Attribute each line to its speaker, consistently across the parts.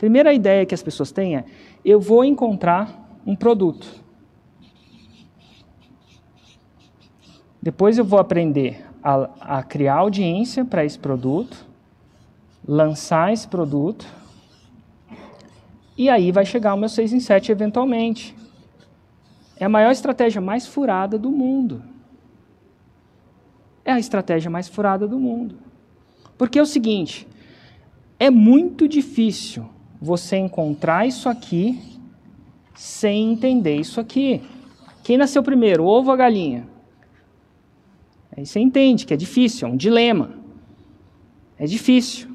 Speaker 1: Primeira ideia que as pessoas têm é, eu vou encontrar um produto. Depois eu vou aprender a criar audiência para esse produto, lançar esse produto, e aí vai chegar o meu 6 em 7 eventualmente. É a maior estratégia mais furada do mundo. É a estratégia mais furada do mundo. Porque é o seguinte, é muito difícil você encontrar isso aqui sem entender isso aqui. Quem nasceu primeiro, o ovo ou a galinha? Aí você entende que é difícil, é um dilema. É difícil.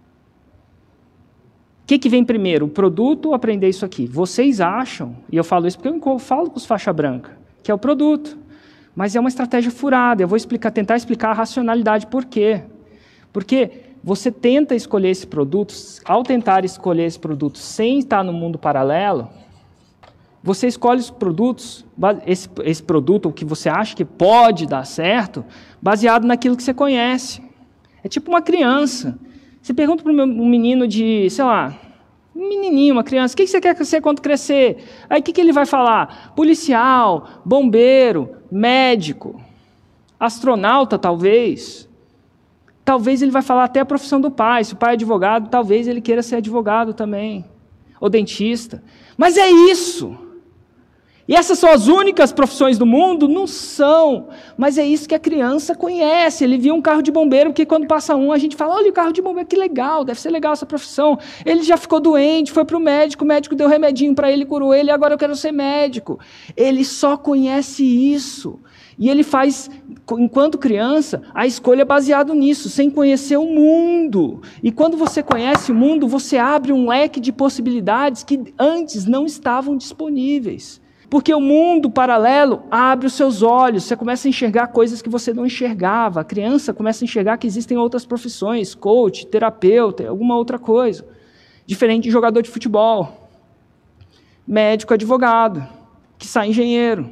Speaker 1: O que vem primeiro, o produto ou aprender isso aqui? Vocês acham, e eu falo isso porque eu falo com os faixa branca, que é o produto. Mas é uma estratégia furada. Eu vou tentar explicar a racionalidade por quê. Porque você tenta escolher esse produto, ao tentar escolher esse produto sem estar no mundo paralelo, você escolhe os produtos, esse produto, o que você acha que pode dar certo, baseado naquilo que você conhece. É tipo uma criança. Você pergunta para um menino de, sei lá, um menininho, uma criança, o que você quer ser quando crescer? Aí o que ele vai falar? Policial, bombeiro, médico, astronauta talvez. Talvez ele vai falar até a profissão do pai. Se o pai é advogado, talvez ele queira ser advogado também. Ou dentista. Mas é isso. E essas são as únicas profissões do mundo? Não são. Mas é isso que a criança conhece. Ele viu um carro de bombeiro, porque quando passa um, a gente fala, olha o carro de bombeiro, que legal, deve ser legal essa profissão. Ele já ficou doente, foi para o médico deu remedinho para ele, curou ele, agora eu quero ser médico. Ele só conhece isso. E ele faz, enquanto criança, a escolha baseada nisso, sem conhecer o mundo. E quando você conhece o mundo, você abre um leque de possibilidades que antes não estavam disponíveis. Porque o mundo paralelo abre os seus olhos, você começa a enxergar coisas que você não enxergava. A criança começa a enxergar que existem outras profissões, coach, terapeuta, alguma outra coisa. Diferente de jogador de futebol, médico, advogado, que sai engenheiro.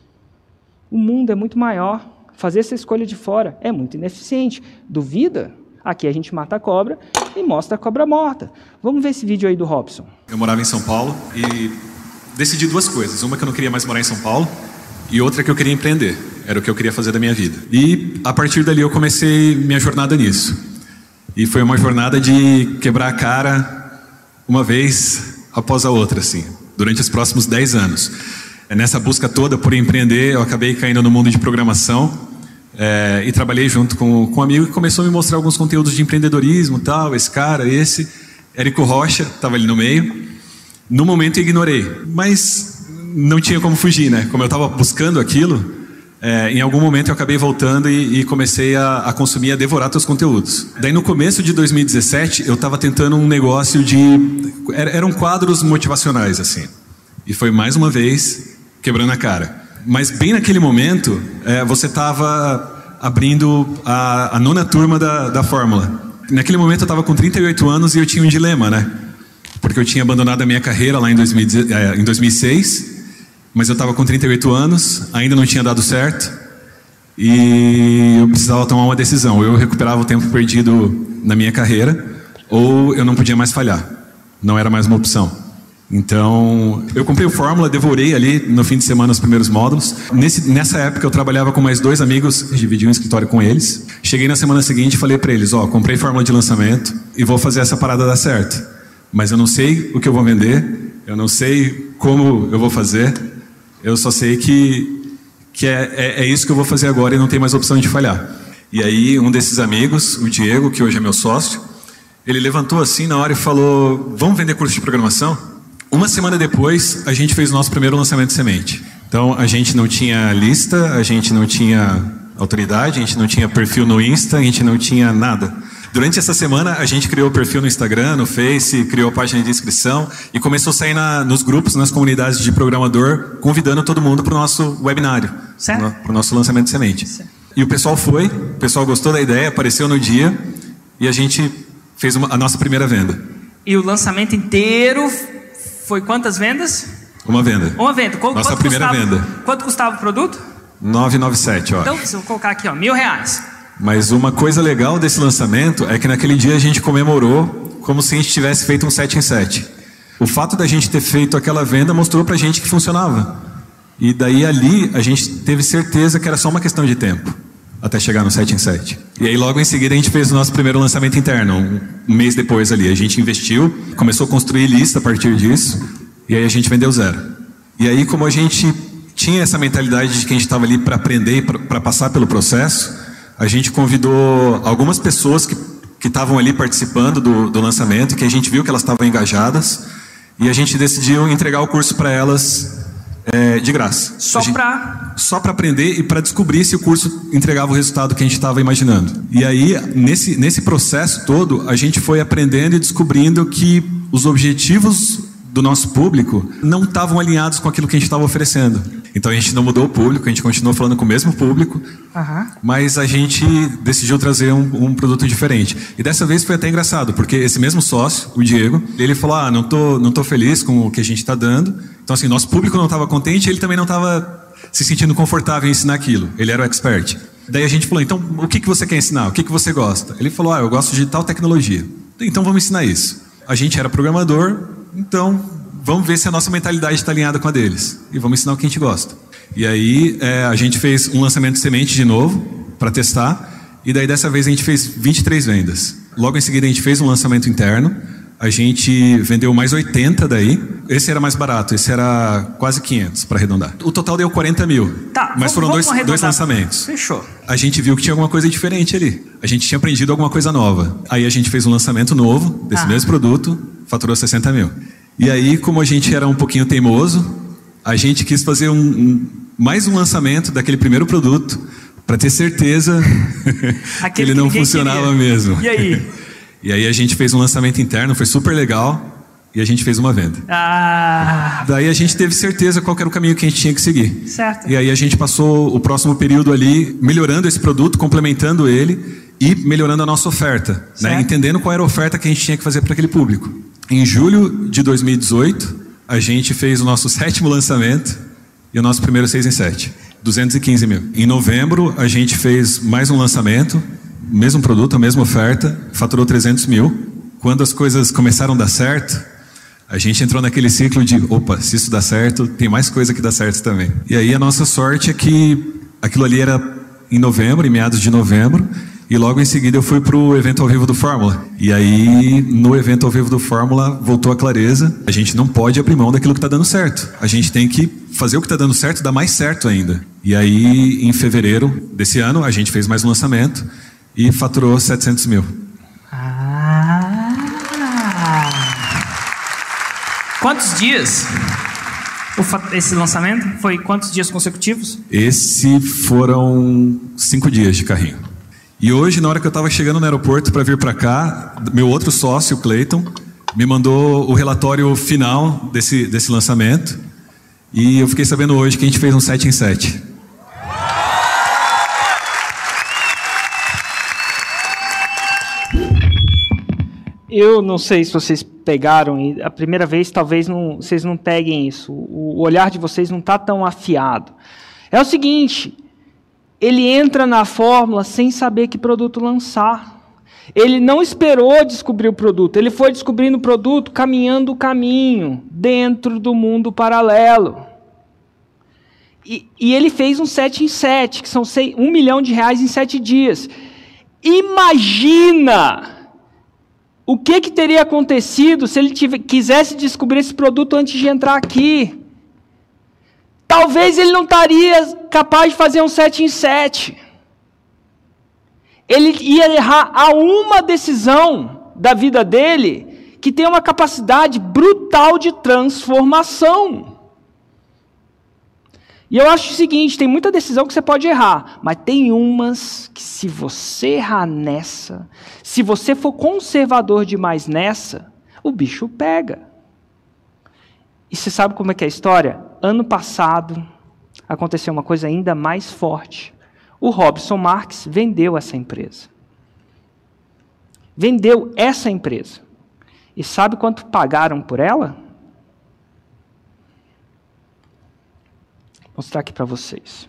Speaker 1: O mundo é muito maior. Fazer essa escolha de fora é muito ineficiente. Duvida? Aqui a gente mata a cobra e mostra a cobra morta. Vamos ver esse vídeo aí do Robson.
Speaker 2: Eu morava em São Paulo e decidi duas coisas. Uma que eu não queria mais morar em São Paulo e outra que eu queria empreender. Era o que eu queria fazer da minha vida. E a partir dali eu comecei minha jornada nisso. E foi uma jornada de quebrar a cara uma vez após a outra, assim, durante os próximos 10 anos. Nessa busca toda por empreender, eu acabei caindo no mundo de programação e trabalhei junto com um amigo que começou a me mostrar alguns conteúdos de empreendedorismo, tal, esse cara, esse, Érico Rocha, estava ali no meio. No momento eu ignorei, mas não tinha como fugir, né? Como eu estava buscando aquilo, em algum momento eu acabei voltando e comecei a consumir, a devorar teus conteúdos. Daí no começo de 2017, eu estava tentando um negócio de... Eram quadros motivacionais, assim. E foi mais uma vez quebrando a cara. Mas bem naquele momento, você estava abrindo a 9ª turma da Fórmula. Naquele momento eu estava com 38 anos e eu tinha um dilema, né? Porque eu tinha abandonado a minha carreira lá em 2006, mas eu estava com 38 anos, ainda não tinha dado certo, e eu precisava tomar uma decisão. Eu recuperava o tempo perdido na minha carreira, ou eu não podia mais falhar. Não era mais uma opção. Então, eu comprei o Fórmula, devorei ali no fim de semana os primeiros módulos. Nessa época eu trabalhava com mais 2 amigos, dividi um escritório com eles. Cheguei na semana seguinte e falei para eles, comprei Fórmula de lançamento e vou fazer essa parada dar certo. Mas eu não sei o que eu vou vender, eu não sei como eu vou fazer, eu só sei que é isso que eu vou fazer agora e não tem mais opção de falhar. E aí um desses amigos, o Diego, que hoje é meu sócio, ele levantou assim na hora e falou, vamos vender curso de programação? Uma semana depois, a gente fez o nosso primeiro lançamento de semente. Então a gente não tinha lista, a gente não tinha autoridade, a gente não tinha perfil no Insta, a gente não tinha nada. Durante essa semana, a gente criou o perfil no Instagram, no Face, criou a página de inscrição e começou a sair nos grupos, nas comunidades de programador, convidando todo mundo para o nosso webinário, para o nosso lançamento de semente. Certo. E o pessoal gostou da ideia, apareceu no dia e a gente fez a nossa primeira venda.
Speaker 3: E o lançamento inteiro foi quantas vendas?
Speaker 2: Uma venda.
Speaker 3: Uma venda.
Speaker 2: Nossa primeira venda.
Speaker 3: Quanto custava o produto?
Speaker 2: 997, ó.
Speaker 3: Então, se eu colocar aqui, R$1.000.
Speaker 2: Mas uma coisa legal desse lançamento é que naquele dia a gente comemorou como se a gente tivesse feito um 7 em 7. O fato da gente ter feito aquela venda mostrou pra gente que funcionava. E daí ali a gente teve certeza que era só uma questão de tempo até chegar no 7 em 7. E aí logo em seguida a gente fez o nosso primeiro lançamento interno, um mês depois ali. A gente investiu, começou a construir lista a partir disso, e aí a gente vendeu 0. E aí, como a gente tinha essa mentalidade de que a gente estava ali para aprender, para passar pelo processo, a gente convidou algumas pessoas que estavam ali participando do lançamento, que a gente viu que elas estavam engajadas, e a gente decidiu entregar o curso para elas de graça. Só para aprender e para descobrir se o curso entregava o resultado que a gente estava imaginando. E aí, nesse processo todo, a gente foi aprendendo e descobrindo que os objetivos do nosso público não estavam alinhados com aquilo que a gente estava oferecendo. Então a gente não mudou o público, a gente continuou falando com o mesmo público, mas a gente decidiu trazer um produto diferente. E dessa vez foi até engraçado, porque esse mesmo sócio, o Diego, ele falou, não tô feliz com o que a gente está dando. Então assim, nosso público não estava contente, ele também não estava se sentindo confortável em ensinar aquilo. Ele era o expert. Daí a gente falou, então o que você quer ensinar? O que você gosta? Ele falou, eu gosto de tal tecnologia. Então vamos ensinar isso. A gente era programador, então vamos ver se a nossa mentalidade está alinhada com a deles. E vamos ensinar o que a gente gosta. E aí a gente fez um lançamento de semente de novo, para testar. E daí dessa vez a gente fez 23 vendas. Logo em seguida a gente fez um lançamento interno. A gente vendeu mais 80 daí. Esse era mais barato, esse era quase 500 para arredondar. O total deu 40 mil.
Speaker 3: Tá,
Speaker 2: mas foram dois lançamentos.
Speaker 3: Fechou.
Speaker 2: A gente viu que tinha alguma coisa diferente ali. A gente tinha aprendido alguma coisa nova. Aí a gente fez um lançamento novo desse mesmo produto, faturou 60 mil. E aí, como a gente era um pouquinho teimoso, a gente quis fazer mais um lançamento daquele primeiro produto para ter certeza que ele não funcionava mesmo.
Speaker 3: E aí?
Speaker 2: E aí a gente fez um lançamento interno, foi super legal, e a gente fez uma venda. Daí a gente teve certeza qual era o caminho que a gente tinha que seguir.
Speaker 3: Certo.
Speaker 2: E aí a gente passou o próximo período ali melhorando esse produto, complementando ele e melhorando a nossa oferta, né? Entendendo qual era a oferta que a gente tinha que fazer para aquele público. Em julho de 2018, a gente fez o nosso 7º lançamento e o nosso primeiro 6 em 7, 215 mil. Em novembro, a gente fez mais um lançamento, mesmo produto, a mesma oferta, faturou 300 mil. Quando as coisas começaram a dar certo, a gente entrou naquele ciclo de, se isso dá certo, tem mais coisa que dá certo também. E aí a nossa sorte é que aquilo ali era em novembro, em meados de novembro, e logo em seguida eu fui para o evento ao vivo do Fórmula. E aí, no evento ao vivo do Fórmula, voltou a clareza. A gente não pode abrir mão daquilo que está dando certo. A gente tem que fazer o que está dando certo, dar mais certo ainda. E aí, em fevereiro desse ano, a gente fez mais um lançamento e faturou 700 mil.
Speaker 3: Quantos dias esse lançamento? Foi quantos dias consecutivos?
Speaker 2: Esse foram 5 dias de carrinho. E hoje, na hora que eu estava chegando no aeroporto para vir para cá, meu outro sócio, o Clayton, me mandou o relatório final desse lançamento. E eu fiquei sabendo hoje que a gente fez um 7 em 7.
Speaker 1: Eu não sei se vocês pegaram, e a primeira vez talvez vocês não peguem isso. O olhar de vocês não está tão afiado. É o seguinte... Ele entra na fórmula sem saber que produto lançar. Ele não esperou descobrir o produto. Ele foi descobrindo o produto caminhando o caminho dentro do mundo paralelo. E ele fez um 7 em 7, que são R$1 milhão em 7 dias. Imagina o que teria acontecido se ele quisesse descobrir esse produto antes de entrar aqui. Talvez ele não estaria capaz de fazer um 7 em 7. Ele ia errar a uma decisão da vida dele que tem uma capacidade brutal de transformação. E eu acho o seguinte, tem muita decisão que você pode errar, mas tem umas que se você errar nessa, se você for conservador demais nessa, o bicho pega. E você sabe como é que é a história? Ano passado, aconteceu uma coisa ainda mais forte. O Robson Marques vendeu essa empresa. Vendeu essa empresa. E sabe quanto pagaram por ela? Vou mostrar aqui para vocês.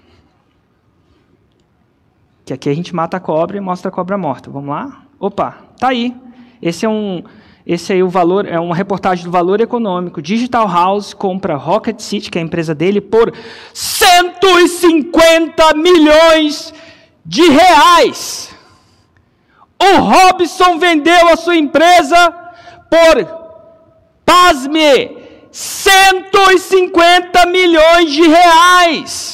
Speaker 1: Que aqui a gente mata a cobra e mostra a cobra morta. Vamos lá? Opa, tá aí. Esse é Esse aí o valor é uma reportagem do Valor Econômico. Digital House compra Rocket City, que é a empresa dele, por 150 milhões de reais. O Robson vendeu a sua empresa por, pasme, 150 milhões de reais.